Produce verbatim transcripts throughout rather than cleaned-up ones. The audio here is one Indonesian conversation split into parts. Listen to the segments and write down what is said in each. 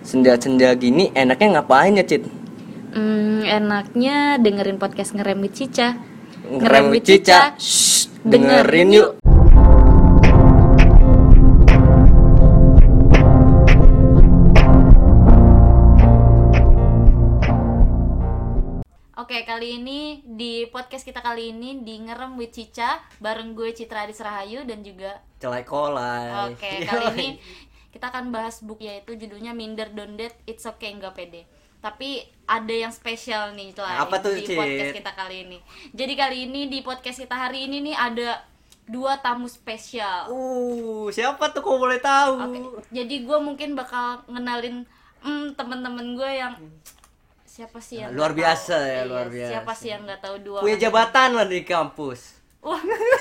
senja-senja gini enaknya ngapain ya, Cit? Hmm, enaknya dengerin podcast Ngerem with Cica. Ngerem with Cica. Shh, dengerin yuk. Oke, kali ini di podcast kita kali ini di Ngerem with Cica bareng gue Citra Adis Rahayu dan juga Celai kolai. Oke, kali ini kita akan bahas buku yaitu judulnya Minder Don't Date It's Okay Nggak Pede. Tapi ada yang spesial nih lah Apa tuh, di Cit? podcast kita kali ini. Jadi kali ini di podcast kita hari ini nih ada dua tamu spesial. Uh, siapa tuh kok boleh tahu? Oke, jadi gue mungkin bakal ngenalin hmm, teman-teman gue yang siapa sih yang Luar nggak biasa tahu? ya, Iya, luar biasa. Siapa sih yang nggak tahu dua Punya orang jabatan lah di kampus. Wah.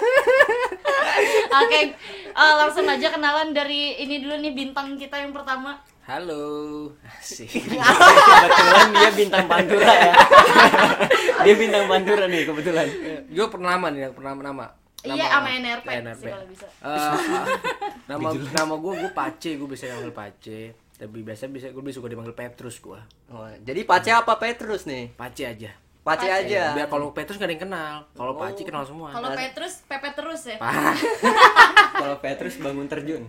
Oke, uh, langsung aja kenalan dari ini dulu nih bintang kita yang pertama. Halo, asik. Kebetulan dia bintang Pantura ya. Dia bintang Pantura nih kebetulan. Gue pernah nama nih, pernah nama. Iya, sama N R P sih kalau bisa. Uh, nama nama gue gue Pace, gue bisa dipanggil Pace. Tapi biasa bisa gue lebih suka dipanggil Petrus gue. Oh, jadi Pace apa Petrus nih? Pace aja. Pace Pace. aja. Biar kalau Petrus gak ada yang kenal. Kalau Oh. Pace kenal semua. Kalau Petrus, Pepe terus ya. Parah. Kalau Petrus bangun terjun.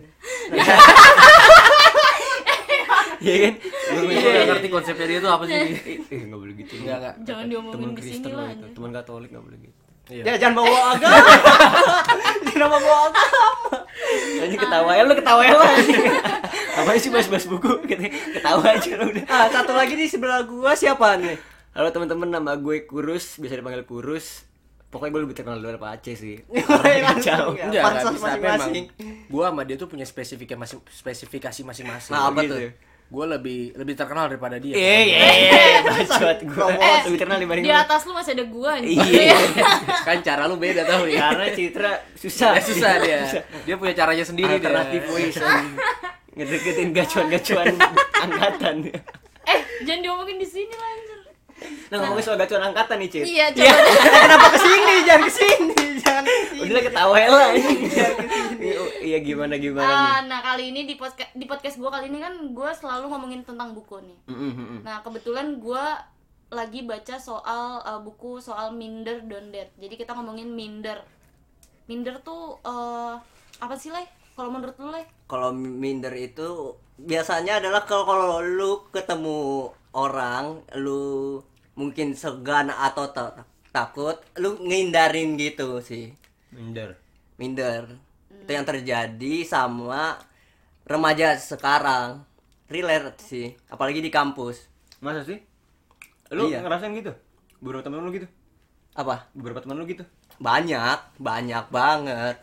Iya kan? Gue gak ngerti konsepnya dia tuh apa sih. Eh, enggak boleh gitu. Enggak enggak. Jangan diomongin di sini lah. itu. Teman Katolik enggak boleh gitu. Iya. Ya jangan bawa agama. Jangan bawa agama. Anjing ketawa ya lu ketawa ya lah. Ngapain sih bahas-bahas buku? Ketawa aja lu udah. Ah, satu lagi di sebelah gua siapa nih? Halo teman-teman, nama gue Kurus, bisa dipanggil Kurus. Pokoknya gue lebih terkenal dari Pace sih. Jauh. Enggak, Pansos enggak bisa, tapi emang masing-masing. gua sama dia tuh punya spesifikasi masing spesifikasi masing-masing. Nah, apa Gitu. tuh? Gua lebih lebih terkenal daripada dia. Eh, eh, bacot gua. Eh, Lebih terkenal dibanding di lu. atas lu masih ada gua nih. Iya. Kan cara lu beda tau ya. Karena Citra susah. Dia susah dia. Dia punya caranya sendiri dia. Alternatif ways. Ngedeketin gacuan-gacuan angkatan. Eh, jangan diomongin di sini lah anjir. Nah, ngomongin soal gacuan angkatan nih, Cit. Iya, coba. Kenapa kesini? Jangan kesini, jangan kesini. Udah ketawa lah ini. Iya gimana gimana nih? Ah, nah, kali ini di podcast di podcast gua kali ini kan gua selalu ngomongin tentang buku nih. Mm-mm. Nah, kebetulan gua lagi baca soal uh, buku soal Minder Don't Date. Jadi kita ngomongin minder. Minder tuh uh, apa sih, Le? Kalau menurut lu, Le? Kalau minder itu biasanya adalah kalau kalau lu ketemu orang, lu mungkin segan atau ta- takut, lu ngindarin gitu sih. Minder. Minder. Itu yang terjadi sama remaja sekarang. Relate sih, apalagi di kampus. Masa sih? Lu Iya. ngerasain gitu? Beberapa temen lu gitu? Apa? Beberapa temen lu gitu? Banyak, banyak banget.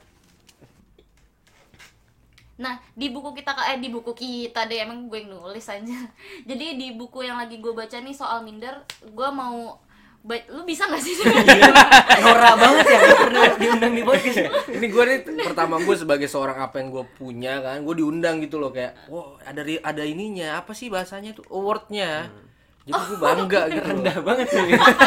Nah, di buku kita eh di buku kita deh emang gue yang nulis aja. Jadi di buku yang lagi gue baca nih soal minder, gue mau ba- lu bisa nggak sih? Norak banget ya, gak pernah diundang di podcast. Ini gue nih pertama gue sebagai seorang apa yang gue punya kan, gue diundang gitu loh kayak, wow ada ri- ada ininya apa sih bahasanya tuh awardnya. Jadi gue bangga gitu. Rendah banget tuh.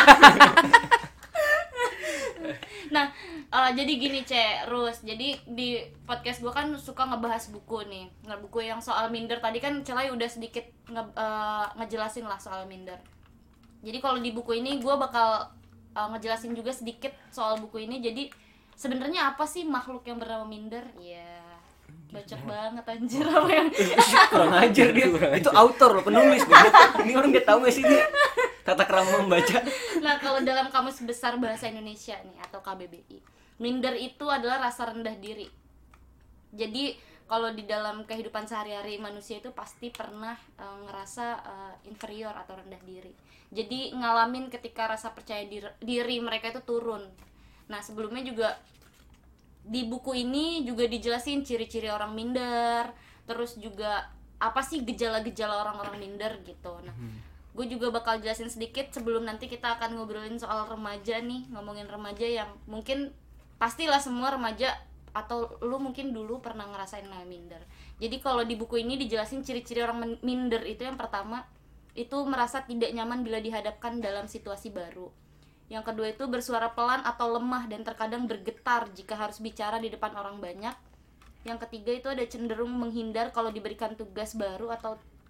Nah, uh, jadi gini, Ce, Rus. Jadi di podcast gue kan suka ngebahas buku nih. Nggak buku yang soal minder tadi kan Celai udah sedikit nge- uh, ngejelasin lah soal minder. Jadi kalau di buku ini gue bakal uh, ngejelasin juga sedikit soal buku ini. Jadi sebenarnya apa sih makhluk yang bernama minder? Ya, bacot banget anjir apa yang Kurang ajar dia. Itu autor loh, penulis. Ini orang nggak tahu nggak sih dia tata krama membaca. Nah, kalau dalam Kamus Besar Bahasa Indonesia nih atau K B B I, minder itu adalah rasa rendah diri. Jadi kalau di dalam kehidupan sehari-hari manusia itu pasti pernah e, ngerasa e, inferior atau rendah diri. Jadi ngalamin ketika rasa percaya diri, diri mereka itu turun. Nah, sebelumnya juga di buku ini juga dijelasin ciri-ciri orang minder, terus juga apa sih gejala-gejala orang-orang minder gitu. Nah, gue juga bakal jelasin sedikit sebelum nanti kita akan ngobrolin soal remaja nih, ngomongin remaja yang mungkin pastilah semua remaja atau lu mungkin dulu pernah ngerasain namanya minder. Jadi kalau di buku ini dijelasin ciri-ciri orang men- minder itu yang pertama itu merasa tidak nyaman bila dihadapkan dalam situasi baru. Yang kedua itu bersuara pelan atau lemah dan terkadang bergetar jika harus bicara di depan orang banyak. Yang ketiga itu ada cenderung menghindar kalau diberikan tugas baru atau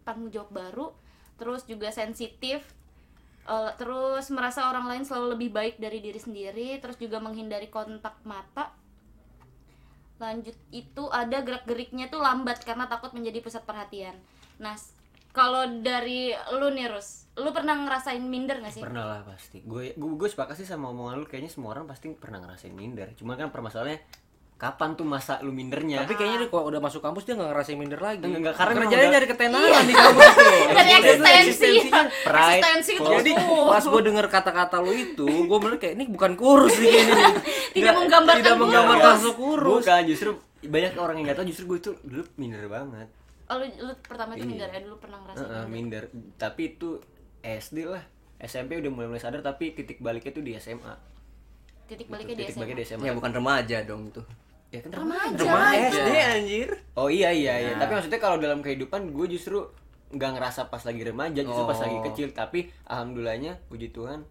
tanggung jawab baru, terus juga sensitif, uh, terus merasa orang lain selalu lebih baik dari diri sendiri, terus juga menghindari kontak mata. Lanjut itu ada gerak-geriknya tuh lambat karena takut menjadi pusat perhatian. Nah, kalau dari lu nih Rus, lu pernah ngerasain minder gak sih? Pernah lah pasti. Gue gue gue sepakat sih sama omongan lu, kayaknya semua orang pasti pernah ngerasain minder. Cuma kan permasalahannya kapan tuh masa lu mindernya? Tapi kayaknya dia kalau udah masuk kampus dia nggak ngerasain minder lagi. Enggak, enggak, karena kerjanya emang nyari ketenaran di kampus itu. Dari eksistensi, pride, eksistensi itu. Jadi pas gue denger kata-kata lu itu, gue bener kayak ini bukan kurus nih kayaknya nih. Tidak Nggak- menggambarkan tidak menggambarkan kurus. masuk kurus. Bukan, justru banyak orang yang nggak tahu, justru gue itu dulu minder banget. Oh, lu, lu pertama itu Iya. minder ya, dulu pernah ngerasain Heeh, minder. minder. Tapi itu S D lah. S M P udah mulai-mulai sadar, tapi titik baliknya tuh di S M A. Titik Gitu, baliknya di titik S M A. baliknya di S M A. Ya bukan remaja dong itu. Ya kan Remaja. Remaja. S D anjir. Oh iya iya iya. Nah. Tapi maksudnya kalau dalam kehidupan gue justru nggak ngerasa pas lagi remaja, justru pas Oh. lagi kecil. Tapi alhamdulillahnya, puji Tuhan.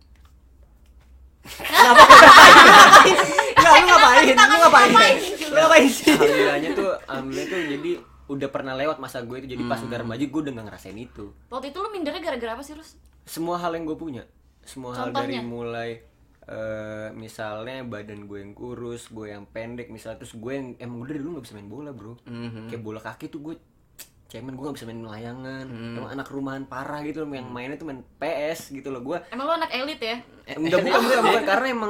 Enggak, lu ngapain? Lu ngapain? Lu ngapain sih? Alhamdulillahnya tuh, alhamdulillah tuh jadi udah pernah lewat masa gue itu. Jadi pas udah remaja gue udah nggak ngerasain itu. Waktu itu lu mindernya gara-gara apa sih, Rus? Semua hal yang gue punya, semua hal dari Contohnya? mulai eh, misalnya badan gue yang kurus, gue yang pendek, misalnya terus gue yang emang udah dulu nggak bisa main bola bro, kayak bola kaki tuh gue cemen, gue nggak bisa main layangan, emang anak rumahan parah gitu loh, yang mainnya tuh main P S gitu loh gue. Emang lu anak elit ya? Eh, enggak bukan, bukan, bukan, karena emang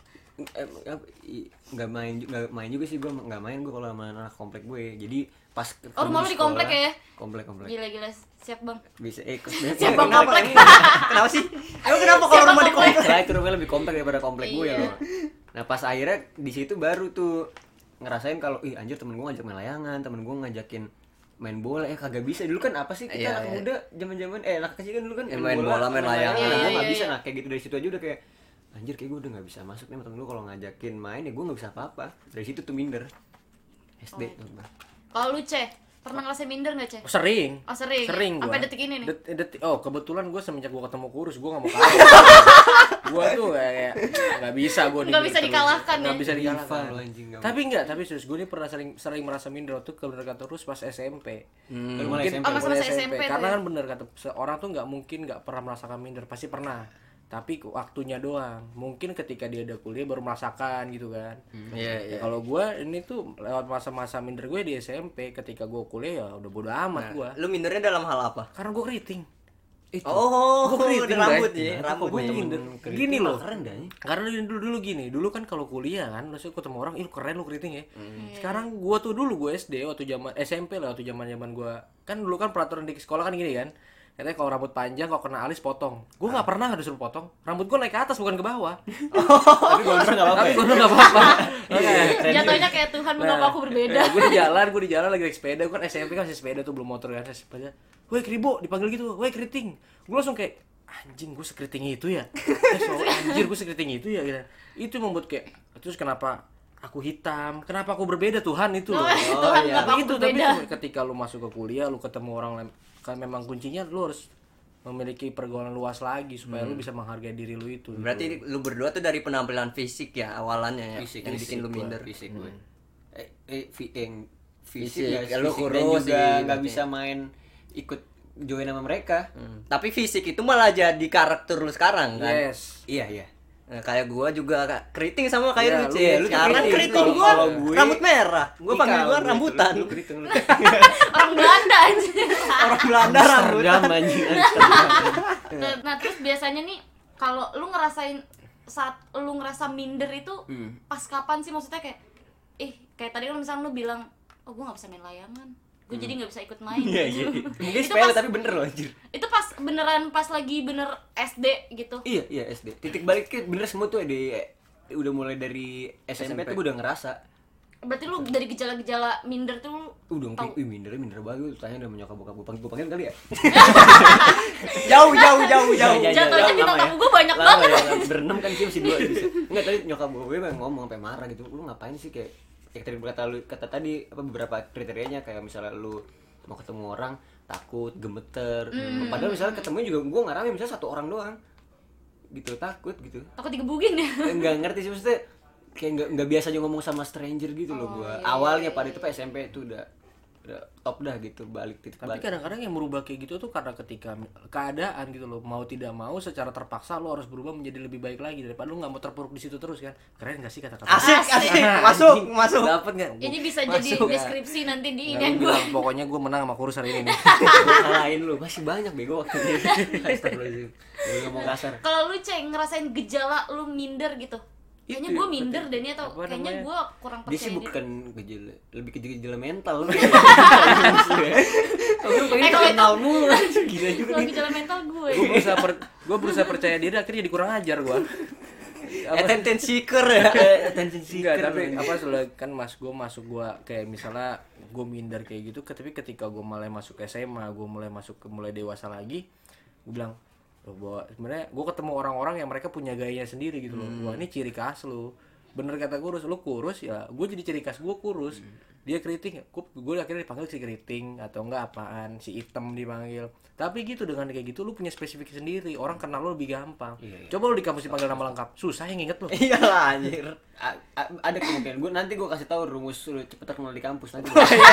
eh, apa, i- nggak main ju- nggak main juga sih gue, nggak main gue kalau sama anak komplek gue. Jadi pas Oh, rumah lu di komplek ya? Komplek komplek. Gila-gila, siap bang. Bisa eh kos Siap bang Kenapa? komplek. Kenapa sih? Emang kenapa kalau Siapa rumah di komplek? komplek? Karena itu rumahnya lebih komplek daripada komplek gue Iya. loh. Nah pas akhirnya di situ baru tuh ngerasain kalau ih anjir temen gue ngajak main layangan, temen gue ngajakin main bola, eh kagak bisa. Dulu kan apa sih kita Iya, anak iya. muda zaman-zaman eh anak kecil kan dulu kan Ya, main bola, main layangan. Nah, gue Iya, nggak iya, bisa, iya. nah kayak gitu dari situ aja udah kayak anjir kayak gue udah nggak bisa masuk nih sama temen gue, kalau ngajakin main ya gue nggak bisa apa-apa. Dari situ tuh minder. S D tuh Bang. Kalau lu, Ce, pernah ngerasain minder gak, Ce? Sering. Oh, sering. Sering gua. Sampai detik ini nih. Det- detik- oh, kebetulan gue semenjak gue ketemu kurus, gue gak mau kalah. Gue tuh kayak nggak bisa gue. Nggak bisa dikalahkan, Nggak ya? bisa Diva dikalahkan. lo anjing nggak Tapi enggak, tapi serius gue ini pernah sering sering merasa minder waktu kebenaran terus pas S M P. mau. Lu mulai S M P. Oh, masa-masa mulai S M P tuh Karena ya? kan bener kata seorang tuh nggak mungkin nggak pernah merasakan minder, pasti pernah. Tapi waktunya doang. Mungkin ketika dia udah kuliah baru merasakan gitu kan. Iya, Ya, iya. kalau gue ini tuh lewat masa-masa minder gue di S M P, ketika gue kuliah ya udah bodo amat gue. Lu mindernya dalam hal apa? Karena gue keriting. Itu. Oh, Gua keriting, udah rambut Bray. ya, Kenapa rambut gue ya. minder. temen Gini loh. keren dah ya. Karena dulu dulu gini, dulu kan kalau kuliah kan, lu ketemu orang, ih lu keren lu keriting ya. Hmm. Sekarang gua tuh dulu gue S D waktu zaman S M P lah, waktu zaman-zaman gua kan dulu kan peraturan di sekolah kan gini kan. Katanya kalau rambut panjang kalau kena alis potong. Gua nggak pernah ada suruh potong. Rambut gua naik ke atas bukan ke bawah. Tapi gondrong nggak apa-apa. Tapi ya? gua nggak apa-apa. Oke. Jatuhnya kayak Tuhan mengapa aku berbeda. gue di jalan, gue di jalan lagi naik sepeda, gue kan S M P kan masih sepeda tuh belum motor kan, naik sepeda. Woi Kribo, dipanggil gitu, woi keriting. Gue langsung kayak anjing gue sekeriting itu ya. Eh, so, anjir gue sekeriting itu ya gitu. Itu membuat kayak terus kenapa aku hitam? Kenapa aku berbeda Tuhan itu loh. Oh, Tuhan, iya. kenapa aku Itu tapi berbeda? ketika lu masuk ke kuliah, lu ketemu orang lain, kan memang kuncinya lu harus memiliki pergaulan luas lagi supaya lu bisa menghargai diri lu itu. gitu. Berarti lu berdua tuh dari penampilan fisik ya awalannya ya, Fisik, yang bikin lu gua, minder. fisik gue. Eh, eh fi- yang Fisik, fisik, ya, ya lu fisik dan kurus juga sih, nggak berarti. bisa main ikut join sama mereka. Hmm. Tapi fisik itu malah jadi karakter lu sekarang kan? Yes. Iya iya. Nah, kayak gua juga Kak, keriting sama kayak Iya, lu, lu- Cil. lu Sekarang keriting. keriting Kalau- gua kalau gue- rambut merah. Gua Ih, panggil kalau gua gue rambutan. Lu, lu keriting lu. Orang Belanda anjir. Orang Belanda rambutan. Amsterdam anjing. Amsterdam. Nah, nah, terus biasanya nih kalau lu ngerasain saat lu ngerasa minder itu Hmm. pas kapan sih, maksudnya kayak ih kayak tadi kan misalnya lu bilang oh gue nggak bisa main layangan, gue jadi nggak bisa ikut main. Iya iya. Mungkin Itu sepele pas- tapi bener loh anjir. Itu pas beneran pas lagi bener S D gitu. Iya iya S D. Titik baliknya bener semua tuh di udah mulai dari S M P, S M P. tuh gue udah ngerasa. Berarti lu dari gejala-gejala minder tuh lu Udah tahu. mungkin, ih mindernya minder banget. Gue tanya udah menyokap bokap gue panggil gue panggil kali ya. Jauh jauh jauh jauh. Ya, ya, Jatuhnya lama bintang ya. tamu gue banyak Lama banget. ya, lama. Berenam kan sih masih dua bisa. Enggak, tadi nyokap gue memang ngomong sampai marah gitu. Lu ngapain sih kayak kayak tadi kata lu kata tadi apa beberapa kriterianya kayak misalnya lu mau ketemu orang takut, gemeter. Hmm. Padahal misalnya ketemu juga gue nggak rame, misalnya satu orang doang. Gitu takut gitu. Takut digebugin ya. Enggak ngerti sih maksudnya kayak nggak nggak biasa aja ngomong sama stranger gitu loh Oh, gua. iya, Awalnya iya, pada iya. itu pas S M P itu udah udah top dah gitu, balik titik Tapi balik. kadang-kadang yang merubah kayak gitu tuh karena ketika keadaan gitu loh, mau tidak mau secara terpaksa lo harus berubah menjadi lebih baik lagi daripada lo nggak mau terpuruk di situ terus kan. Keren gak sih kata-kata? Asik, asik. Masuk, masuk. Dapat nggak? Ini bisa jadi Masuk. deskripsi nanti di Nggak, ini lu gue. bilang, pokoknya gue menang sama kurus hari ini nih. Gua kalahin lu, masih banyak bego waktunya. Astagfirullahaladzim. Gue ngomong kasar. Kalau lu cek ngerasain gejala lu minder gitu. Kayaknya Itu gue ya, minder betul. deh nih atau Apa kayaknya namanya? gue kurang Dia percaya sih diri. bukan gejala, lebih ke gejala mental lu. Eh, Kamu pengen kalau kenal mulu. Gila juga Kalau nih. gejala mental gue. Gue berusaha per, gue berusaha percaya diri akhirnya jadi kurang ajar gue. Attention seeker ya. Attention Enggak, seeker. tapi apa soalnya kan mas gue masuk gue kayak misalnya gue minder kayak gitu, tapi ketika gue mulai masuk S M A, gue mulai masuk ke mulai dewasa lagi, gue bilang loh bahwa sebenarnya gue ketemu orang-orang yang mereka punya gayanya sendiri gitu loh. Wah ini ciri khas lu. Bener kata kurus, lu kurus ya, gue jadi ciri khas gue kurus. Dia keriting, gue, gue akhirnya dipanggil si keriting atau enggak apaan, si item dipanggil. Tapi gitu dengan kayak gitu lu punya spesifik sendiri, orang kenal lu lebih gampang. Iya, iya. Coba lu di kampus dipanggil nama lengkap, susah yang nginget lu. Iyalah anjir. A- a- ada kemungkinan gue nanti gue kasih tahu rumus lu cepet terkenal di kampus nanti.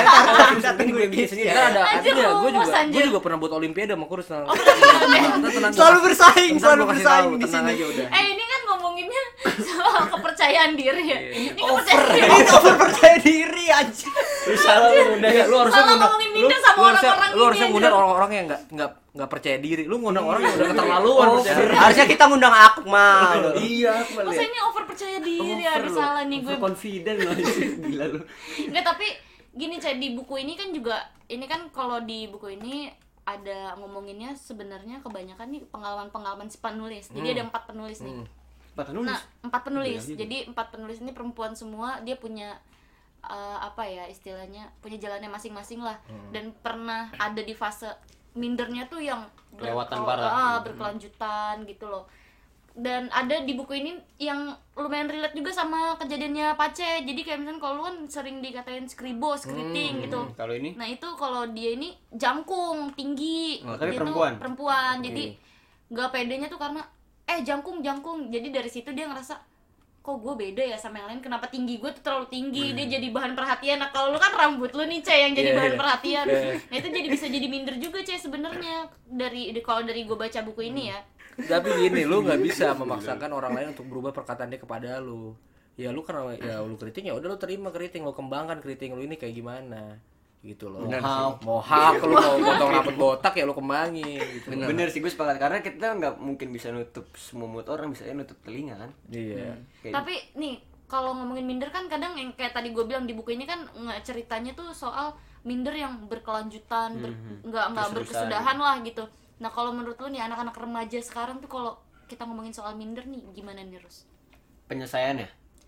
Dateng gue bikin sendiri. Kita ada Anjir, adanya, gue rumus, juga, gue anjir. juga pernah buat olimpiade sama kurus. Tenang, tenang, tenang, Selalu gua- bersaing, tenang, selalu gua kasih bersaing tahu, di tenang sini. aja udah. Eh ini kan ngomonginnya soal kepercayaan diri ya. Ini Over, kepercayaan diri. ini over percaya diri anjir. Lu salah lu udah. Iya, lu harusnya Salah ngundang, ngomongin lu, minder sama lu harusnya, orang-orang lu harusnya ini ngundang aja. orang-orang yang nggak nggak nggak percaya diri. Lu ngundang orang yang udah keterlaluan Oh, percaya diri. harusnya kita ngundang Akmal. Iya, aku Masa lihat. ini over percaya diri, aduh salah nih gue. Confident loh. Gila lu. Enggak, tapi gini Cah, di buku ini kan juga ini kan kalau di buku ini ada ngomonginnya sebenarnya kebanyakan nih pengalaman-pengalaman si penulis. Jadi ada empat penulis nih. Pak nulis. Nah, empat penulis. Iya, iya. Jadi empat penulis ini perempuan semua, dia punya eh, apa ya istilahnya, punya jalannya masing-masing lah. Dan pernah ada di fase mindernya tuh yang Kelewatan berkel- parah. ah, berkelanjutan gitu loh. Dan ada di buku ini yang lumayan relate juga sama kejadiannya Pace. Jadi kayak misalnya kalau lu kan sering dikatain skribo, skriting gitu. Kalau ini Nah itu kalau dia ini jangkung, tinggi. Oh, tapi Dia tuh perempuan? perempuan. Jadi nggak pedenya tuh karena eh jangkung jangkung. Jadi dari situ dia ngerasa kok gue beda ya sama yang lain. Kenapa tinggi gue tuh terlalu tinggi? Dia jadi bahan perhatian. Nah kalau lu kan rambut lu nih Ceh yang jadi Iya, bahan iya. perhatian. Iya. Nah itu jadi bisa jadi minder juga Ceh sebenarnya dari di- kalau dari gue baca buku ini ya. Tapi gini, lu nggak bisa memaksakan orang lain untuk berubah perkataan dia kepada lu. Ya lu karena ya lu keriting ya udah lu terima keriting, lu kembangkan keriting lu ini kayak gimana. Gitu loh. Mohawk. Mohawk, lu mau potong rambut botak ya lu kembangin gitu. bener sih gue sepakat karena kita nggak mungkin bisa nutup semua mulut orang, bisa aja nutup telinga kan. Iya. Kayak Tapi nih kalau ngomongin minder kan kadang yang kayak tadi gue bilang di buku ini kan nge- ceritanya tuh soal minder yang berkelanjutan, ber, nggak nggak Terus-terusan. berkesudahan lah gitu. Nah kalau menurut lu nih anak-anak remaja sekarang tuh kalau kita ngomongin soal minder nih gimana nih Rus? penyelesaiannya.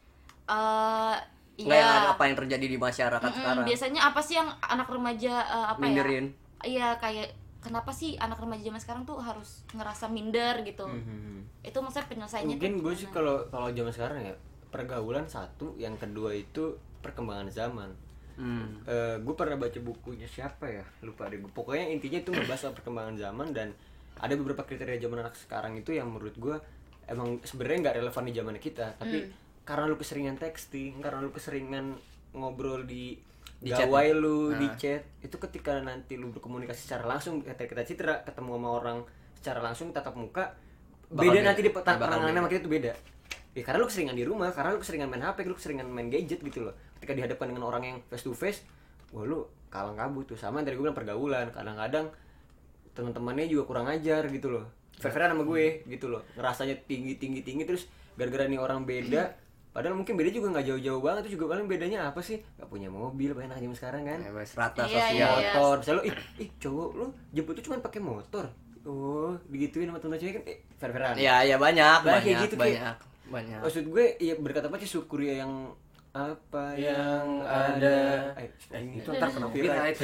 Eh Nggak yang ada iya. apa yang terjadi di masyarakat Mm-mm, sekarang. biasanya apa sih yang anak remaja eh, apa Minderin. ya? Iya kayak kenapa sih anak remaja zaman sekarang tuh harus ngerasa minder gitu? Itu maksudnya penyelesaiannya Mungkin tuh gue sih gimana? kalau kalau zaman sekarang ya pergaulan satu, yang kedua itu perkembangan zaman. Hmm. Eh, gue pernah baca bukunya siapa ya, lupa deh gue. Pokoknya intinya itu ngebahas soal perkembangan zaman dan ada beberapa kriteria zaman anak sekarang itu yang menurut gue emang sebenarnya nggak relevan di zaman kita, tapi karena lu keseringan texting, karena lu keseringan ngobrol di Di gawai lu, di chat, itu ketika nanti lu berkomunikasi secara langsung, ketika kita citra ketemu sama orang secara langsung tatap muka, Bakal beda beda. nanti di Bakal penanganan sama beda. kita tuh beda. Ya karena lu keseringan di rumah, karena lu keseringan main H P, lu keseringan main gadget gitu loh. Ketika dihadapkan dengan orang yang face to face, wah lu kalang kabut tuh. Sama yang tadi gue bilang pergaulan, kadang-kadang teman-temannya juga kurang ajar gitu loh. Fair-fairan sama gue gitu loh. Ngerasanya tinggi-tinggi-tinggi terus gara-gara nih orang beda. Padahal mungkin beda juga nggak jauh-jauh banget, itu juga paling bedanya apa sih? Gak punya mobil, banyak anak zaman sekarang kan. Ya, wes, rata Iya, sosial. iya. Motor, misalnya lu, ih, ih cowok lu jemput tuh cuma pakai motor. Oh, digituin sama temen cewek kan, eh, fair-fairan. Ya, ya banyak, Banyak kayak banyak, gitu, kayak- banyak, banyak. Maksud gue, ya berkata apa sih syukur ya yang apa yang ada. Eh, ini Itu ntar kena copyright.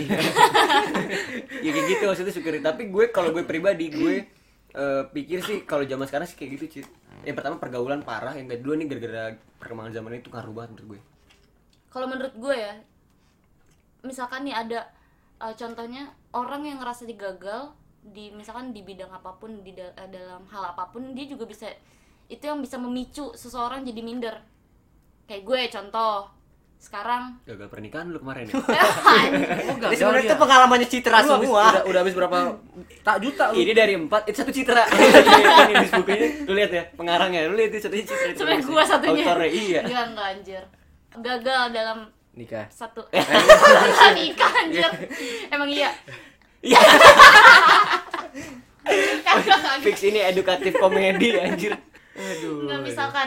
ya kayak gitu maksudnya syukuri. Tapi gue kalau gue pribadi gue eh, pikir sih kalau zaman sekarang sih kayak gitu Cid. Yang pertama pergaulan parah, yang kedua nih gara-gara perkembangan zaman itu ngaruh banget menurut gue. Kalau menurut gue ya, misalkan nih ada uh, contohnya orang yang ngerasa digagal di misalkan di bidang apapun, di da- uh, dalam hal apapun, dia juga bisa, itu yang bisa memicu seseorang jadi minder. Kayak gue contoh, sekarang gagal pernikahan lu kemarin ya. Oh, Ini gagal sebenarnya dia. itu pengalamannya Citra Lu habis- semua. Udah, udah habis berapa tak juta lu? Ini dari empat, itu satu Citra. Ini di bukunya, lu lihat ya, pengarangnya, lu lihat itu satunya Citra. itu sebenarnya tulisnya. gua satunya. Autornya, iya. Enggak, enggak anjir. Gagal dalam Nikah. satu nikah anjir. Emang iya. Iya. Kagak, kagak. Fix ini edukatif komedi anjir. Aduh. Nggak, misalkan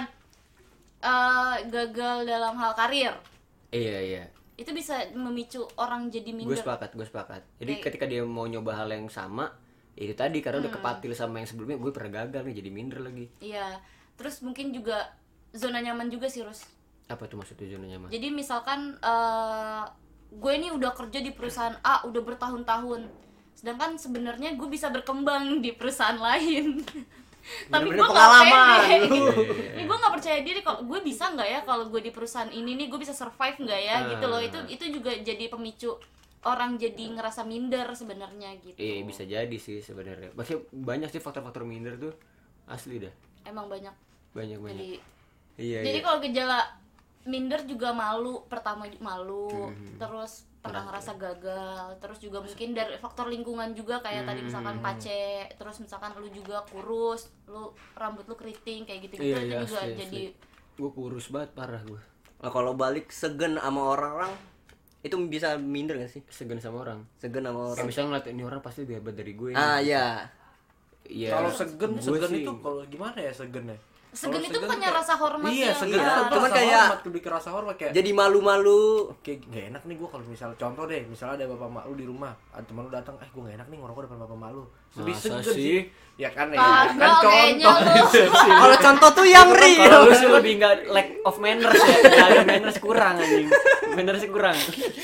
eh, gagal dalam hal karir, Iya, iya. itu bisa memicu orang jadi Gue minder. sepakat, gue sepakat. Jadi Kayak- ketika dia mau nyoba hal yang sama, ya itu tadi karena udah kepatil sama yang sebelumnya, gue pernah gagal nih jadi minder lagi. Iya. Terus mungkin juga zona nyaman juga sih, Rus. Apa tuh maksudnya zona nyaman? Jadi misalkan eh, gue ini udah kerja di perusahaan A udah bertahun-tahun, sedangkan sebenarnya gue bisa berkembang di perusahaan lain. Tapi gue Bener-bener nggak pengalaman. pede. Iya, Ini gue nggak percaya diri kok. Gue bisa nggak ya kalau gue di perusahaan ini nih gue bisa survive nggak ya gitu loh. Itu itu juga jadi pemicu orang jadi ngerasa minder sebenarnya gitu. Iya bisa jadi sih sebenarnya. Pasti banyak sih faktor-faktor minder tuh asli dah. Emang banyak. Banyak banyak. Jadi Iya jadi iya. kalau gejala minder juga malu, pertama malu, Hmm. terus pernah ngerasa gagal, terus juga mungkin dari faktor lingkungan juga kayak tadi Hmm. misalkan pace, terus misalkan lu juga kurus, lu rambut lu keriting kayak gitu-gitu Iya, itu iya, juga asli, jadi Gue kurus banget parah gue. Nah, kalau balik segen sama orang-orang itu bisa minder gak sih? Segan sama orang. Segen sama Kayak orang. misalnya ngeliat ini orang pasti lebih hebat dari gue. Ah nih. iya. Iya. Kalau segen, Gue segen sih- itu kalau gimana ya segen ya? segen Kalau itu bukannya kayak- rasa hormat Iya, ya? segen Iya. itu Cuman rasa kayak- hormat, lebih ke rasa hormat kayak Jadi malu-malu. kayak gak enak nih gue kalau misalnya contoh deh, misalnya ada bapak mak lu di rumah, ada teman lu datang, eh gue gak enak nih ngerokok depan bapak mak lu. Lebih Masa segen sih? sih. Ya kan ya. Kagak, Kan kayaknya contoh. lu. Kalau contoh tuh yang real. Kalau lu sih lebih nggak lack of manners ya, nggak ada manners kurang anjing, manners kurang.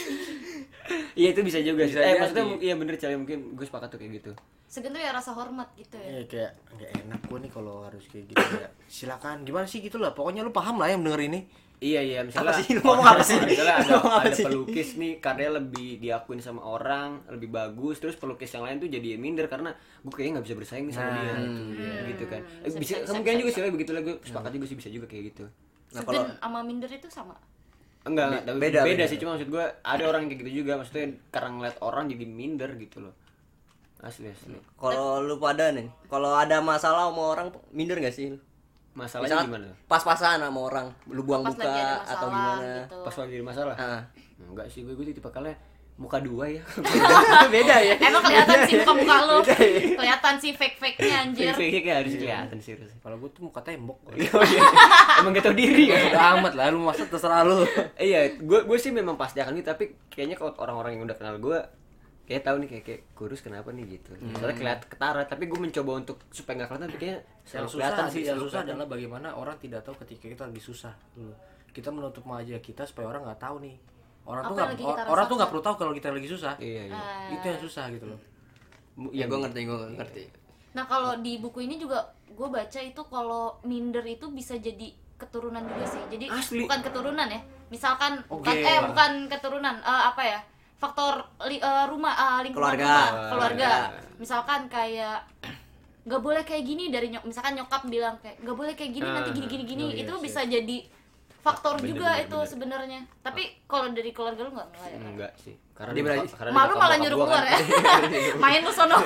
Iya itu bisa juga. Bisa sih. eh jadi. maksudnya mu- iya bener Cali, mungkin gue sepakat tuh kayak gitu. Segen tuh ya rasa hormat gitu ya. Iya kayak gak enak gue nih kalau harus kayak gitu ya. Silakan gimana sih gitu lah. Pokoknya lu paham lah yang denger ini. Iya iya misalnya Apa sih? Lu ngomong apa sih? Misalnya ada, Lu ngomong apa ada sih? pelukis nih karya lebih diakuin sama orang, lebih bagus, terus pelukis yang lain tuh jadi minder karena gue kayaknya nggak bisa bersaing nih sama Nah, dia. itu dia. Gitu kan. Hmm, Eh, bisa, bisa bisa, kemungkinan bisa, juga sih begitu lah gue sepakat juga sih bisa juga kayak gitu. Nah, Segen kalau- sama minder itu sama. Enggak, enggak, tapi beda, beda, beda. sih, cuma maksud gue ada orang kayak gitu juga, maksudnya karena ngeliat orang jadi minder gitu loh. Asli, asli. Kalau lu pada nih, kalau ada masalah sama orang minder gak sih? Masalahnya Misal gimana? pas-pasan sama orang, lu buang Pas muka lagi ada atau masalah gimana? gitu. Pas lagi ada masalah? Ah. Enggak sih, gue gue tipe kalnya muka dua ya. Beda ya. Emang kelihatan sih muka-muka lu. Kelihatan sih fake-fake-nya anjir. Fake-fake kayak harus kelihatan sih. harus. Kalau gue tuh muka tembok. Oh iya. Emang gak tau diri ya. Udah amat lah, lu masa terserah lu. Iya, gue gue sih memang pasti akan gitu, tapi kayaknya kalau orang-orang yang udah kenal gue kayak tahu nih kayak, kayak kurus kenapa nih gitu. Soalnya kelihatan ketara, tapi gue mencoba untuk supaya nggak kelihatan, tapi kayaknya Yang selalu susah kelihatan sih, yang selalu susah kelihatan. adalah bagaimana orang tidak tahu ketika kita lagi susah dulu. Kita menutup wajah kita supaya orang nggak tahu nih. Orang tuh Apa nggak yang lagi kita or- orang tuh rasakan? nggak perlu tahu kalau kita lagi susah. Iya, iya. Ah. Itu yang susah gitu loh. Ya gue ngerti, gue ngerti. Nah kalau di buku ini juga gue baca itu kalau minder itu bisa jadi keturunan juga sih. Jadi Asli. bukan keturunan ya. Misalkan Oke. bukan eh bukan keturunan eh, apa ya? Faktor li- eh, rumah eh, lingkungan Keluarga. rumah, keluarga. Keluarga. Misalkan kayak nggak boleh kayak gini dari nyok misalkan nyokap bilang kayak nggak boleh kayak gini nanti Ah. gini gini gini Oh, iya, itu iya. bisa jadi faktor Bener, juga bener, itu bener. sebenarnya. Tapi kalau dari keluarga lu nggak nggak ya? Enggak sih. Karena Dia di- berarti- karena di Malu bokap- malah bokap nyuruh gua keluar kan. ya. Main lu sono.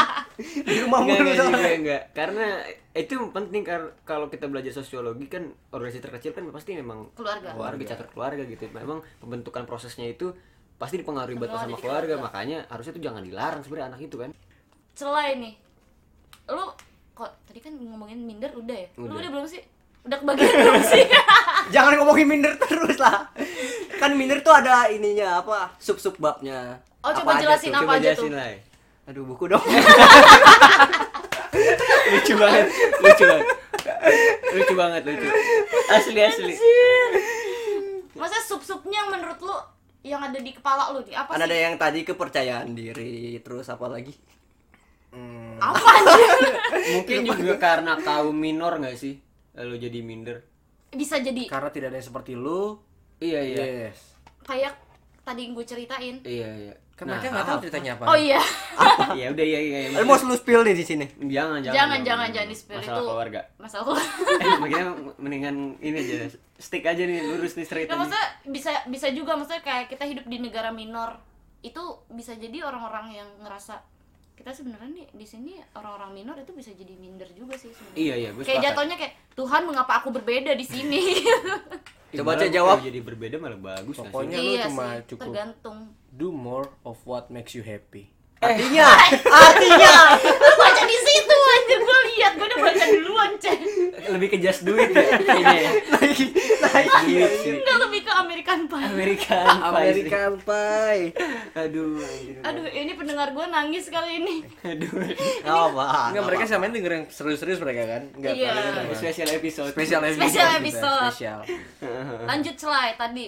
Di rumah Enggak, mulu enggak, soalnya. enggak, enggak. Karena itu penting kar- kalau kita belajar sosiologi kan organisasi terkecil kan pasti memang Keluarga. keluarga catur keluarga gitu. Memang pembentukan prosesnya itu pasti dipengaruhi banget Semua sama ada di keluarga, keluarga. makanya harusnya tuh jangan dilarang sebenarnya anak itu kan. Selain nih lu kok tadi kan ngomongin minder udah ya lu Udah. udah belum sih udah kebagian belum sih Jangan ngomongin minder terus lah. Kan minder tuh ada ininya apa? Sub-sub babnya. Oh, Apa coba aja jelasin tuh? apa Coba aja jelasin tuh? lah. Aduh, buku dong. Lucu banget, lucu banget. Lucu banget, lucu. Asli asli. masa sub-subnya menurut lu yang ada di kepala lu nih apa Kan ada sih yang tadi kepercayaan diri, terus apa lagi? Hmm. apa anjir Mungkin juga karena kaum minor enggak sih? Lalu jadi minder. bisa jadi Karena tidak ada yang seperti lu. Iya, iya. Yes. kayak tadi yang gue ceritain Iya, iya. Kan mereka nggak tahu ceritanya apa. oh iya Ya udah ya ya. Lu mau lu spill nih di sini. Jangan, jangan. Jangan, jangan, jangan di-spill. Masalah Itu- keluarga. masalah Eh, makanya mendingan ini aja stick aja nih, lurus nih, straight Nah, aja. maksudnya bisa bisa juga maksudnya kayak kita hidup di negara minor itu bisa jadi orang-orang yang ngerasa kita sebenarnya nih di sini orang-orang minor itu bisa jadi minder juga sih sebenarnya. Iya, iya, gue Kayak sepakat. jatuhnya kayak Tuhan mengapa aku berbeda di sini? Coba Malah aja jawab. kalau jadi berbeda malah bagus nggak sih? Pokoknya lu Iya cuma sih, cukup tergantung. do more of what makes you happy. Artinya, artinya Lu baca di situ anjir, gue lihat, gue udah baca duluan, Cek. Lebih ke just do it ya kayaknya ya. lagi lagi Duit sih. Enggak, lebih ke American Pie. American Pie sih. American Pie. Aduh, anjir. Aduh, ini pendengar gue nangis kali ini. Aduh. Oh, apa? Enggak, mereka sama denger yang serius-serius mereka kan? Enggak, Iya. paling apa? Special episode. Spesial episode. Spesial kita, episode. Spesial. Lanjut Slay tadi.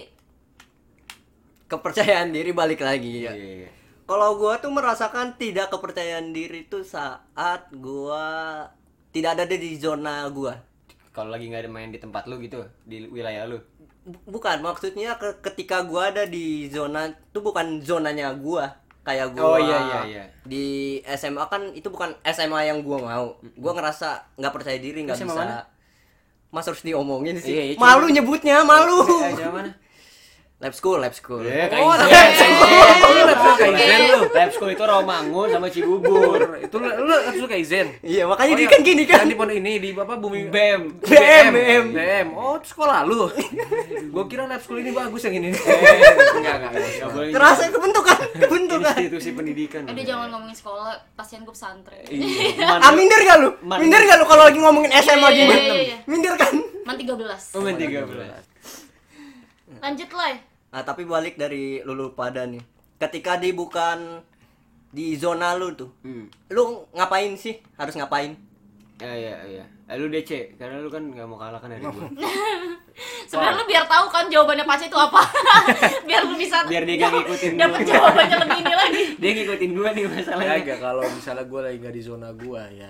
Kepercayaan diri balik lagi ya. Iya, iya. Kalau gua tuh merasakan tidak kepercayaan diri tuh saat gua tidak ada di zona gua. Kalau lagi nggak ada main di tempat lu gitu, di wilayah lu. Bu- Bukan, maksudnya ke- ketika gua ada di zona itu bukan zonanya gua. Kayak gua Oh, iya, iya, iya. di S M A kan itu bukan S M A yang gua mau. Gua ngerasa nggak percaya diri, nggak S M A bisa. mana? Mas harus diomongin Iya, sih. iya, coba. Malu nyebutnya, malu. Eh, eh, mana? Lab school, lab school. Eh, Oh, Kaizen. lab school. Lab school Kaizen lu. Lab school itu Romangun sama Cibubur. Itu lu lu langsung Kaizen. Iya, makanya Oh, dia iya. kan gini kan. Yang di pon ini di apa bumi B E M. B M, B M. B M. Oh, itu sekolah lu. Gua kira lab school ini bagus yang ini. Eh, Enggak, enggak. Nggak boleh Terasa kebentukan, kebentukan. institusi pendidikan. Eh, dia jangan ngomongin sekolah, pasien gue pesantren. Iya. Ah, minder gak lu? Man- Minder gak lu kalau lagi ngomongin S M A Iya, gini? iya, iya. Minder kan? Man tiga belas. Oh, main tiga belas. Lanjut Lay. Nah, tapi balik dari lulu pada nih. Ketika di bukan di zona lu tuh. Hmm. Lu ngapain sih? Harus ngapain? Ya, ya, ya. Eh, lu D C, karena lu kan nggak mau kalah kan dari gua. Sebenarnya lu biar tahu kan jawabannya Pace itu apa. Biar lu bisa Biar dia nggak ngikutin gua. dapat jawabannya lebih ini lagi. Dia ngikutin gua nih Ya masalahnya. enggak, kalau misalnya gua lagi enggak di zona gua ya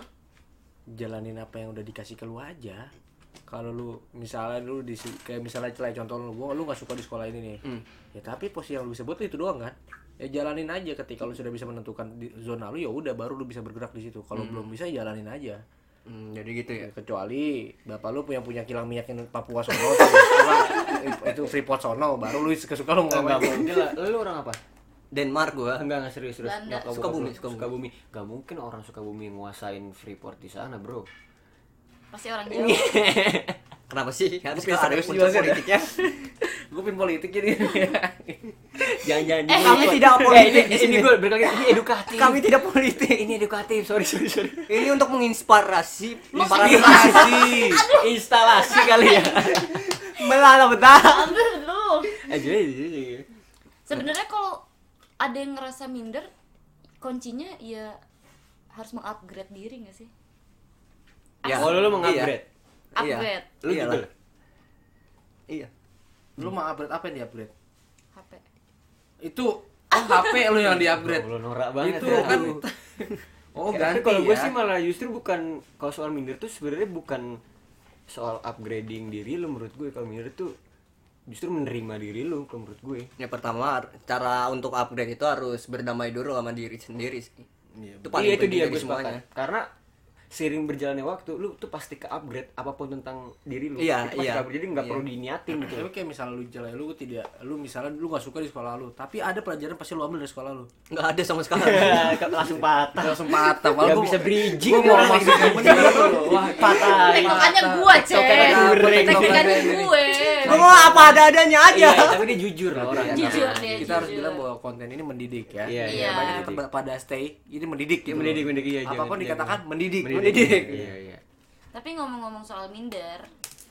jalanin apa yang udah dikasih ke lu aja. Kalau lu misalnya lu di kayak misalnya celai contoh lu, gua lu enggak suka di sekolah ini nih. Hmm. Ya tapi posisi yang lu sebut itu doang kan. Ya jalanin aja, ketika lu sudah bisa menentukan di zona lu ya udah baru lu bisa bergerak di situ. Kalau belum bisa jalanin aja. Hmm, jadi gitu ya. Kecuali bapak lu punya punya kilang minyak yang Papua sono tuh, apa, itu Freeport sono baru lu suka-suka lu mau Enggak ngapain. mungkin lah. Lu orang apa? Denmark gua. Enggak, enggak serius, serius. Belanda. Nyokap Sukabumi, bokap lu. Sukabumi. Sukabumi. Enggak mungkin orang Sukabumi nguasain Freeport di sana, Bro. Pasti orang Jawa. Kenapa sih? Harus Gua ada serius unsur juga sih. politiknya. Gue pin politik jadi. Jangan-jangan Eh, kami tidak Eh, politik ini, di ini sini. gue berkali ini edukatif. Kami tidak politik. ini edukatif. Sorry, sorry, sorry. Ini untuk menginspirasi para Inspirasi. Instalasi kali ya. melala betah. Ambil dulu. Eh, jadi, jadi. Sebenarnya kalau ada yang ngerasa minder, kuncinya ya harus mengupgrade diri nggak sih? Ya, Oh, lu meng-upgrade. Iya. Upgrade Lu Iya juga. lah. Iya. Lu mau upgrade apa yang di-upgrade? H P. Itu oh H P lu yang di-upgrade. Lu norak banget Itu ya. kan Oh, Tapi ganti kalau gue ya. sih malah justru bukan, kalau soal minder tuh sebenarnya bukan soal upgrading diri lu menurut gue. Kalau minder tuh justru menerima diri lu kalau menurut gue. Ya pertama cara untuk upgrade itu harus berdamai dulu sama diri sendiri sih. Iya, Itu paling Iya, itu penting dia dari gue sepakat. semuanya. Karena seiring berjalannya waktu lu tuh pasti ke upgrade apapun tentang diri lu. Iya, Itu pasti iya. ke-upgrade. Jadi nggak Iya. perlu diniatin gitu. Tapi kayak misalnya lu jelek lu tidak lu misalnya lu nggak suka di sekolah lu, tapi ada pelajaran pasti lu ambil dari sekolah lu. Nggak ada sama sekali. Langsung patah. Langsung patah. Nggak gua- bisa bridging gua nih mau orang masuk lagi yang bener lu. Wah, patah. Tektokannya gua, Cek. Tektokannya goreng. Tektokannya gue. Lu mau apa ada-adanya aja. Iya, tapi dia jujur lah orang. Jujur Nah, dia, kita harus jujur. bilang bahwa konten ini mendidik ya. Iya, iya, Makanya mendidik. kita pada stay ini mendidik Iya, gitu. mendidik, mendidik, iya, jangan- Apapun jangan. dikatakan mendidik. Mendidik. Iya, iya. Tapi ngomong-ngomong soal minder,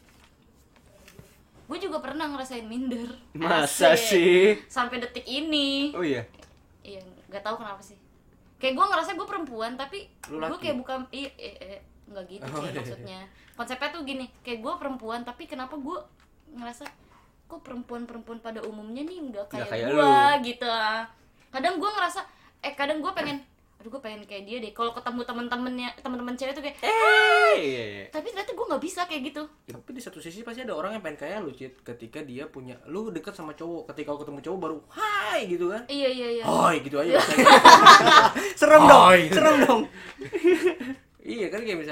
gue juga pernah ngerasain minder. Masa Asik. sih? Sampai detik ini. Oh iya. Iya, nggak tahu kenapa sih. Kayak gue ngerasa gue perempuan, tapi Lu gue laki? kayak bukan, iya, eh, eh, nggak gitu Oh, sih iya. maksudnya. Konsepnya tuh gini, kayak gue perempuan, tapi kenapa gue ngerasa kok perempuan-perempuan pada umumnya nih nggak kayak, Nggak kayak gue gitu. Kadang gue ngerasa, eh kadang gue pengen, aduh gue pengen kayak dia deh. Kalau ketemu temen-temennya, temen-temen cewek tuh kayak, Eh, iya, iya. tapi ternyata gue nggak bisa kayak gitu. Tapi di satu sisi pasti ada orang yang pengen kayak lu, Cit. Ketika dia punya lu deket sama cowok, ketika lu ketemu cowok baru hai gitu kan. Iya iya iya. Hai gitu aja. Serem dong. Oh, iya. Serem dong. Iya kan kayak misalnya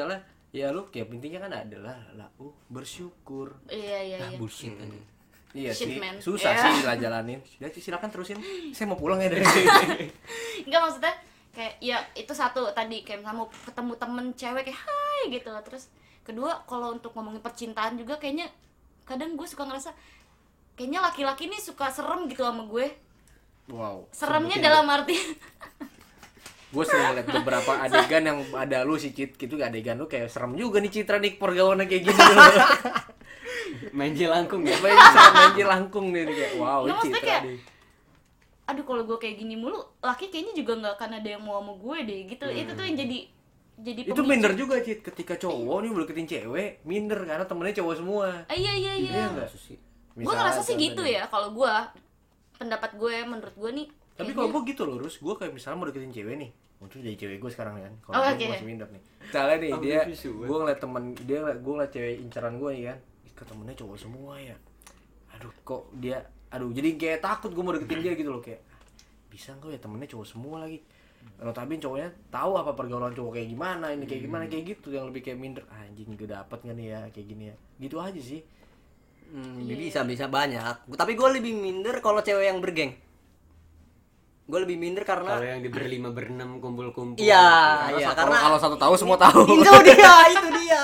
Ya lu kayak intinya kan adalah lau bersyukur. Iya iya Ah, iya. bullshit anjing. Iya Shit, sih, man. susah Yeah. sih jalanin. Sudah silakan terusin. Saya mau pulang ya dari Enggak, maksudnya kayak ya itu satu tadi kayak misalnya mau ketemu temen cewek kayak hai gitu. Terus kedua kalau untuk ngomongin percintaan juga kayaknya kadang gue suka ngerasa kayaknya laki-laki nih suka serem gitu sama gue. Wow. Seremnya dalam arti Gue sering liat beberapa adegan yang ada lu si Cit gitu, adegan lu kayak serem juga nih Citra nih pergaulan kayak gini. Main jelangkung ya. Main serem main jelangkung nih kayak wow, Nggak, maksudnya Citra kayak, nih. aduh kalau gue kayak gini mulu laki kayaknya juga nggak akan ada yang mau sama gue deh gitu. Itu tuh yang jadi jadi Itu pemicu. minder juga Cit, ketika cowok nih deketin cewek, minder karena temennya cowok semua. Ah, iya iya iya. Iya enggak? sih. Gue ngerasa sih gitu ya kalau gue, pendapat gue menurut gue nih Tapi kayaknya- kalau gue gitu loh, Rus, gue kayak misalnya mau deketin cewek nih, untuk jadi cewek gue sekarang kan. Kalau Oh, gue oke. masih minder nih. Misalnya nih Oh, dia, bisu, kan? gue ngeliat temen dia, gue ngeliat cewek incaran gue nih kan, ih, ke temennya cowok semua ya. Aduh, kok dia, aduh, jadi kayak takut gue mau deketin dia gitu loh kayak, bisa nggak ya temennya cowok semua lagi. Notabene cowoknya tahu apa pergaulan cowok kayak gimana, ini kayak gimana kayak gitu, yang lebih kayak minder. Anjing gue dapet nggak nih ya kayak gini ya. Gitu aja sih. Hmm, bisa bisa banyak. Tapi gue lebih minder kalau cewek yang bergeng. Gue lebih minder Kalau karena yang di berlima berenam kumpul-kumpul. iya, Karena iya satu- karena kalau satu tahu semua tahu. itu dia, itu dia.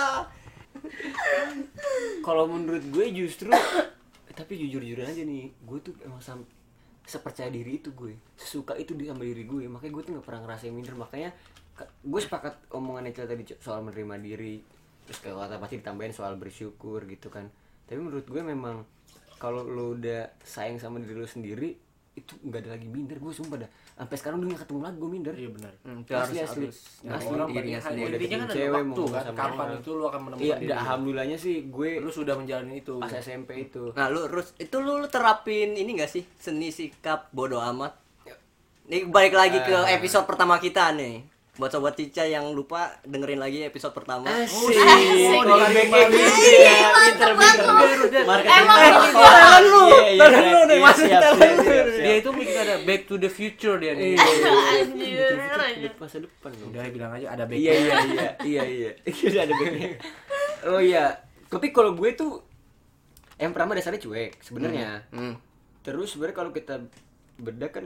Kalau menurut gue justru tapi jujur-jujuran aja nih, gue tuh emang sam sepercaya diri itu gue, sesuka itu di sama diri gue, makanya gue tuh nggak pernah ngerasain minder. Makanya ka- gue sepakat omongan Ecel tadi soal menerima diri, terus kayak kata pasti ditambahin soal bersyukur gitu kan. Tapi menurut gue memang kalau lo udah sayang sama diri lo sendiri itu nggak ada lagi minder. Gue sumpah dah sampai sekarang udah nggak ketemu lagi gue minder. Iya benar. Hmm, itu Asli, harus asli. harus Nah, ngerti orang dirinya banyak- sendiri. Mau intinya kan ada cewek, waktu mau kan, sama kapan orang. itu lu akan menemukan Iya, diri dah, lu. alhamdulillahnya sih gue Lu sudah menjalani itu. pas S M P itu. Nah, lu terus itu lu, lu terapin ini gak sih seni sikap bodoh amat? Nih balik lagi ke Eh. episode pertama kita nih. Buat sobat Cica yang lupa dengerin lagi episode pertama. Asik. Asik. Oh, Asik. kayak gitu ya. Pinter-pinter. Marketing. Emang Iya, gitu. iya, Tangan lu, iya, iya, tangan lu nih, iya, masuk siap, tangan siap, lu. siap, siap. Dia itu mikir ada back to the future dia nih. Anjir, anjir. Masa depan dong. Udah bilang aja ada back. Iya iya iya iya iya. Udah ada backnya. Oh iya. Tapi kalau gue tuh yang pertama dasarnya cuek sebenarnya. Hmm. Terus sebenarnya kalau kita bedah kan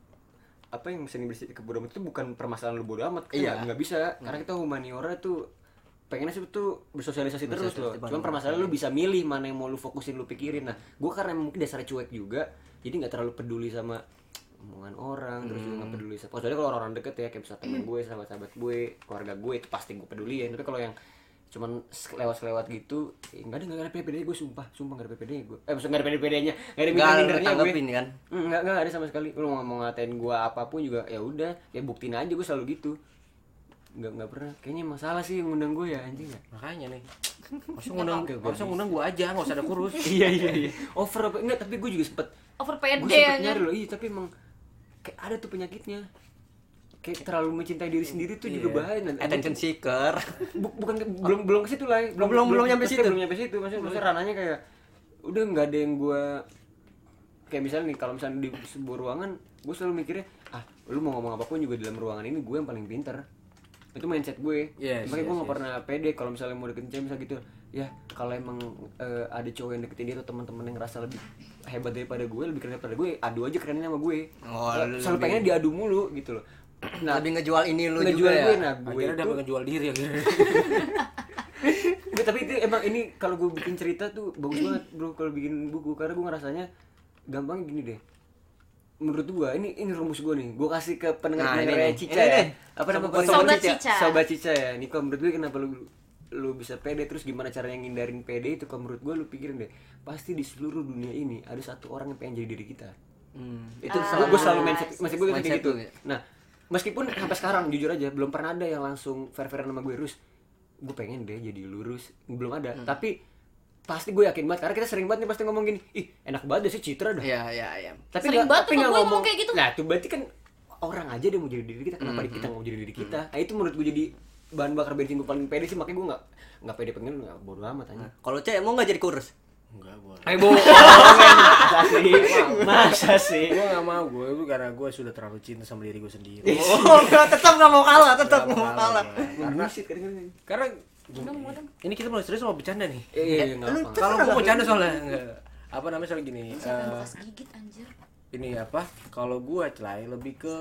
apa yang seni bersih kebodohan itu bukan permasalahan lu bodo amat kan Iya. nggak nggak bisa karena kita humaniora tuh pengennya sih tuh bersosialisasi terus loh. Bersosialisasi, Cuman permasalahan lu bisa milih mana yang mau lu fokusin lu pikirin. Nah, gue karena mungkin dasarnya cuek juga, jadi nggak terlalu peduli sama omongan orang, terus juga nggak peduli sama. Kecuali kalau orang-orang deket ya, kayak misalnya temen gue, sahabat-sahabat gue, keluarga gue itu pasti gue peduliin. Tapi kalau yang cuman lewat-lewat gitu, eh, nggak ada nggak ada P P D gue sumpah, sumpah nggak ada P P D gue. Eh maksudnya nggak ada P P D-nya, nggak ada Nggak minder-mindernya gue. tanggepin kan. Hmm, nggak nggak ada sama sekali. Lu mau mau ngatain gue apapun juga ya udah, ya buktiin aja gue selalu gitu. Nggak nggak pernah. Kayaknya masalah sih yang ngundang gue ya anjing ya. Makanya nih. Harusnya ngundang, Oke, oke, harusnya ngundang gua aja, enggak usah ada kurus. Iya iya iya. Over apa enggak, tapi gue juga sempet Over gue pede sempet anjir. nyari loh. Iya, tapi emang kayak ada tuh penyakitnya. Kayak terlalu mencintai diri sendiri tuh juga Iya. bahaya. Dan Attention seeker. Bu- bukan ke- belum belum ke situ lah. Oh, belum- belum nyampe maksudnya situ. Belum nyampe situ. Maksudnya, maksudnya ranahnya kayak udah nggak ada yang gue kayak misalnya nih kalau misalnya di sebuah ruangan gue selalu mikirnya ah lu mau ngomong apapun juga dalam ruangan ini gue yang paling pinter. Itu mindset gue. Yes, Makanya gue yes, nggak yes. pernah pede kalau misalnya mau deketin cewek misal gitu. Ya kalau emang eh, ada cowok yang deketin dia atau teman-teman yang ngerasa lebih hebat daripada gue, lebih keren daripada gue, adu aja kerennya sama gue. Oh, Selalu lebih- pengen diadu mulu gitu loh. Nah, Lebih ngejual ini lu ngejual juga ya. gue, nah gue Akhirnya itu dapat ngejual diri akhirnya. Nggak, tapi itu emang ini kalau gue bikin cerita tuh bagus banget bro kalau bikin buku, karena gue ngerasanya gampang gini deh. Menurut gue ini ini rumus gue nih, gue kasih ke Nah, pendengar-pendengar ini nih. Cica Ini ya. nih. Apa nama Sobat pendengar Cica. Sobat Cica ya. Nih kalau menurut gue kenapa lu lu bisa pede, terus gimana caranya ngindarin pede itu, kalau menurut gue lu pikirin deh, pasti di seluruh dunia ini ada satu orang yang pengen jadi diri kita. Hmm. Itu Ah, selalu gue selalu mindset, masih gue kayak mindset gitu. tuh, ya. Nah, meskipun sampai sekarang jujur aja belum pernah ada yang langsung fair-fairan sama gue, Rus. Gue pengen deh jadi lurus, belum ada. Hmm. Tapi pasti gue yakin banget karena kita sering banget nih pasti ngomong gini, ih enak banget deh sih Citra dah. Iya, iya, iya. Tapi Sering nggak- banget tapi tuh nggak gue ngomong kayak gitu. Nah, itu berarti kan orang aja dia mau jadi diri kita, kenapa Hmm, kita nggak mau jadi diri kita? Nah, itu menurut gue jadi bahan bakar bensin gue paling pede sih, makanya gue nggak nggak pede pengen nggak bodo amat aja. Kalau cewek mau nggak jadi kurus? Enggak gua. Eh, Bu. Masa sih? Masa sih? Gua enggak mau, gua itu karena gua sudah terlalu cinta sama diri gua sendiri. Oh, enggak, tetap nggak mau kalah, tetap Nggak nggak mau kalah. gua. Karena Bullshit, kadang-kadang. karena Ngomong, ngomong. Ini kita mulai serius sama bercanda nih. Iya, iya, enggak lu apa. Kalau gua bercanda soalnya enggak. Apa namanya soal gini. Siapa yang eh, bekas gigit anjir? ini apa? Kalau gua celai lebih ke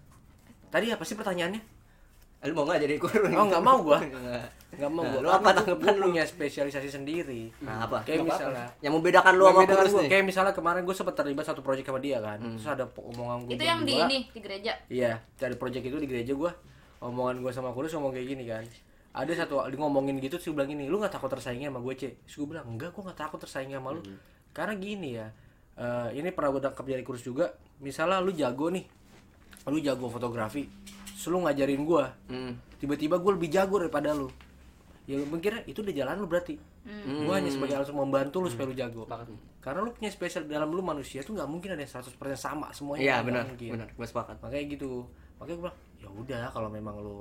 tadi apa sih pertanyaannya? Lu mau nggak jadi kurun? Oh, nggak mau gua. Nggak. Nggak mau Nah, gua. lu Karena apa gua- tanggapan gua lu? punya spesialisasi sendiri. Nah, apa? Kayak Nggak misalnya apa-apa. Yang membedakan lu sama membedakan kurus gua, nih. kayak misalnya kemarin gue sempat terlibat satu proyek sama dia kan. Hmm. Terus ada omongan gue Itu yang di ini di gereja. Iya, dari proyek itu di gereja gua, omongan gua sama Kurus ngomong kayak gini kan. Ada satu dia ngomongin gitu terus dia bilang gini, "Lu enggak takut tersaingnya sama gue, C?" Terus gue bilang, "Enggak, gua enggak takut tersaingnya sama lu." Hmm. Karena gini ya. eh, ini pernah gue tangkap dari Kurus juga. Misalnya lu jago nih. Lu jago fotografi. Terus lu ngajarin gua. Hmm. Tiba-tiba gue lebih jago daripada lu. Ya lu mikirnya itu udah jalan lu berarti. Hmm. Gua hanya sebagai alat membantu lu supaya lu jago. Sepakat nih. Karena lu punya spesial dalam lu manusia tuh nggak mungkin ada yang seratus persen sama semuanya. Iya, Nggak benar. mungkin. Benar, gua sepakat. Makanya gitu. Makanya gue bilang, ya udah kalau memang lu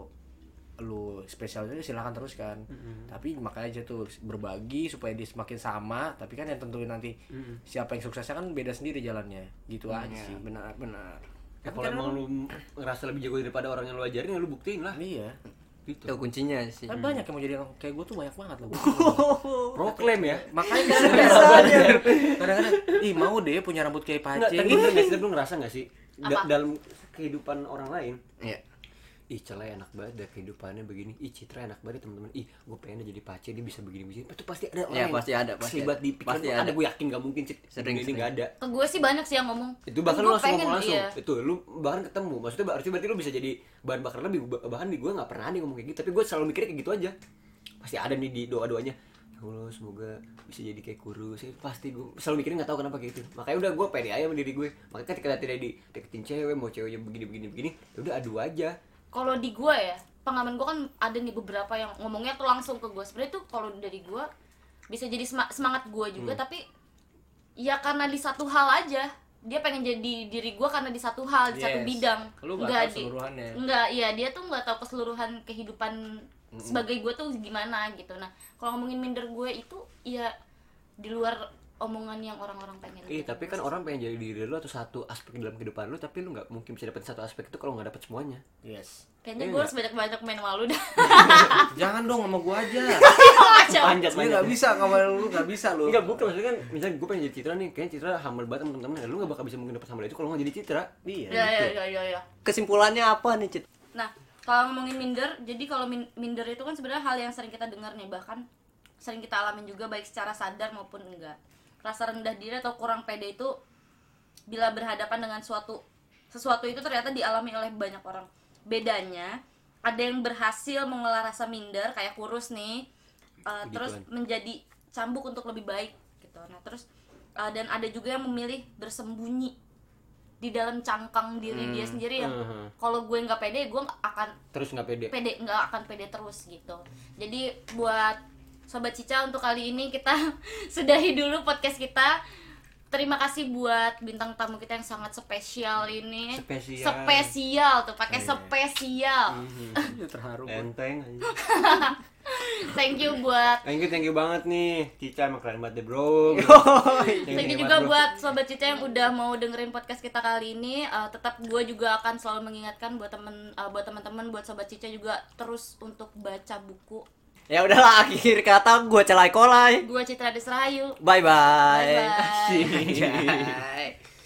lu spesial itu silakan terus kan. Tapi makanya aja tuh berbagi supaya dia semakin sama, tapi kan yang tentuin nanti siapa yang suksesnya kan beda sendiri jalannya. Gitu aja Iya, sih. benar, benar. Ya kalau emang lu ngerasa lebih jago daripada orang yang lu ajarin ya lu buktiin lah. Iya. Gitu. Itu kuncinya sih. Kan banyak yang mau jadi orang kayak gue tuh banyak banget loh. Proklaim ya. Makanya kadang-kadang kadang-kadang ih mau deh punya rambut kayak Enggak, Pace. tapi bener nggak sih, tapi lu ngerasa nggak sih da- Apa? dalam kehidupan orang lain, Iya. ih Celai enak banget dah kehidupannya begini, ih Citra enak banget teman-teman, ih gue pengen jadi Pace dia bisa begini begini, itu pasti ada orang Iya, yang pasti ada, pasti terlibat ada. di pikiran Pasti lu, ada. ada gue yakin nggak mungkin Cit Sering, ini sering. nggak ada. Ke gue sih banyak sih yang ngomong. Itu bahkan Gua lu langsung pengen, ngomong langsung, iya. itu lu bahkan ketemu, maksudnya berarti berarti lu bisa jadi bahan bakar lebih, bahkan di gue nggak pernah nih ngomong kayak gitu, tapi gue selalu mikirnya kayak gitu aja, pasti ada nih di doa doanya. Ya Allah semoga bisa jadi kayak Kurus, ya, pasti gue selalu mikirin nggak tahu kenapa kayak gitu, makanya udah gue pede aja sama diri gue, makanya ketika tidak dideketin cewek, mau ceweknya begini begini begini, ya udah adu aja. Kalau di gue ya, pengalaman gue kan ada nih beberapa yang ngomongnya tuh langsung ke gue. Sebenarnya tuh kalau dari gue bisa jadi sema- semangat gue juga, Hmm. tapi ya karena di satu hal aja. Dia pengen jadi diri gue karena di satu hal, di satu Yes. bidang. Lu nggak Nggak tahu di- seluruhannya. Enggak, iya dia tuh nggak tahu keseluruhan kehidupan sebagai gue tuh gimana gitu. Nah, kalau ngomongin minder gue itu ya di luar omongan yang orang-orang pengen. Iya, tapi kan orang pengen jadi diri lu atau satu aspek dalam kehidupan lu, tapi lu nggak mungkin bisa dapet satu aspek itu kalau nggak dapet semuanya. Yes. Kayaknya Iya gue harus banyak-banyak main malu dah. Jangan dong sama gua aja. Macam. Panjat Lu nggak bisa kalau lu nggak bisa lu. Enggak, bukan maksudnya kan misalnya gue pengen jadi Citra nih, kayaknya Citra humble banget sama temen-temen, lu gak bakal bisa mungkin dapet humble itu kalau nggak jadi Citra. Iya. Ya ya ya ya ya. Kesimpulannya apa nih, Cit? Nah, kalau ngomongin minder, jadi kalau min- minder itu kan sebenarnya hal yang sering kita dengar nih, bahkan sering kita alamin juga baik secara sadar maupun enggak. Rasa rendah diri atau kurang pede itu bila berhadapan dengan suatu sesuatu itu ternyata dialami oleh banyak orang. Bedanya, ada yang berhasil mengolah rasa minder kayak Kurus nih, uh, Puji terus Tuhan. menjadi cambuk untuk lebih baik gitu. Nah, terus uh, dan ada juga yang memilih bersembunyi di dalam cangkang diri dia sendiri yang Mhm. kalau gue nggak pede gue nggak akan Terus nggak pede. pede nggak akan pede terus gitu. Jadi buat Sobat Cica untuk kali ini kita sudahi dulu podcast kita. Terima kasih buat bintang tamu kita yang sangat spesial ini. Spesial. Spesial tuh pakai Iya. spesial. Iya, terharu gua. Enteng aja. Thank you buat Thank you, thank you banget nih Cica, emang keren banget deh bro. Thank you juga buat Sobat Cica yang udah mau dengerin podcast kita kali ini. Uh, tetap gue juga akan selalu mengingatkan buat temen uh, buat teman-teman, buat Sobat Cica juga terus untuk baca buku. Ya udahlah, akhir kata gue Celai Kolai. Gue Citra Desrahayu. Bye bye. Bye-bye. Anjay.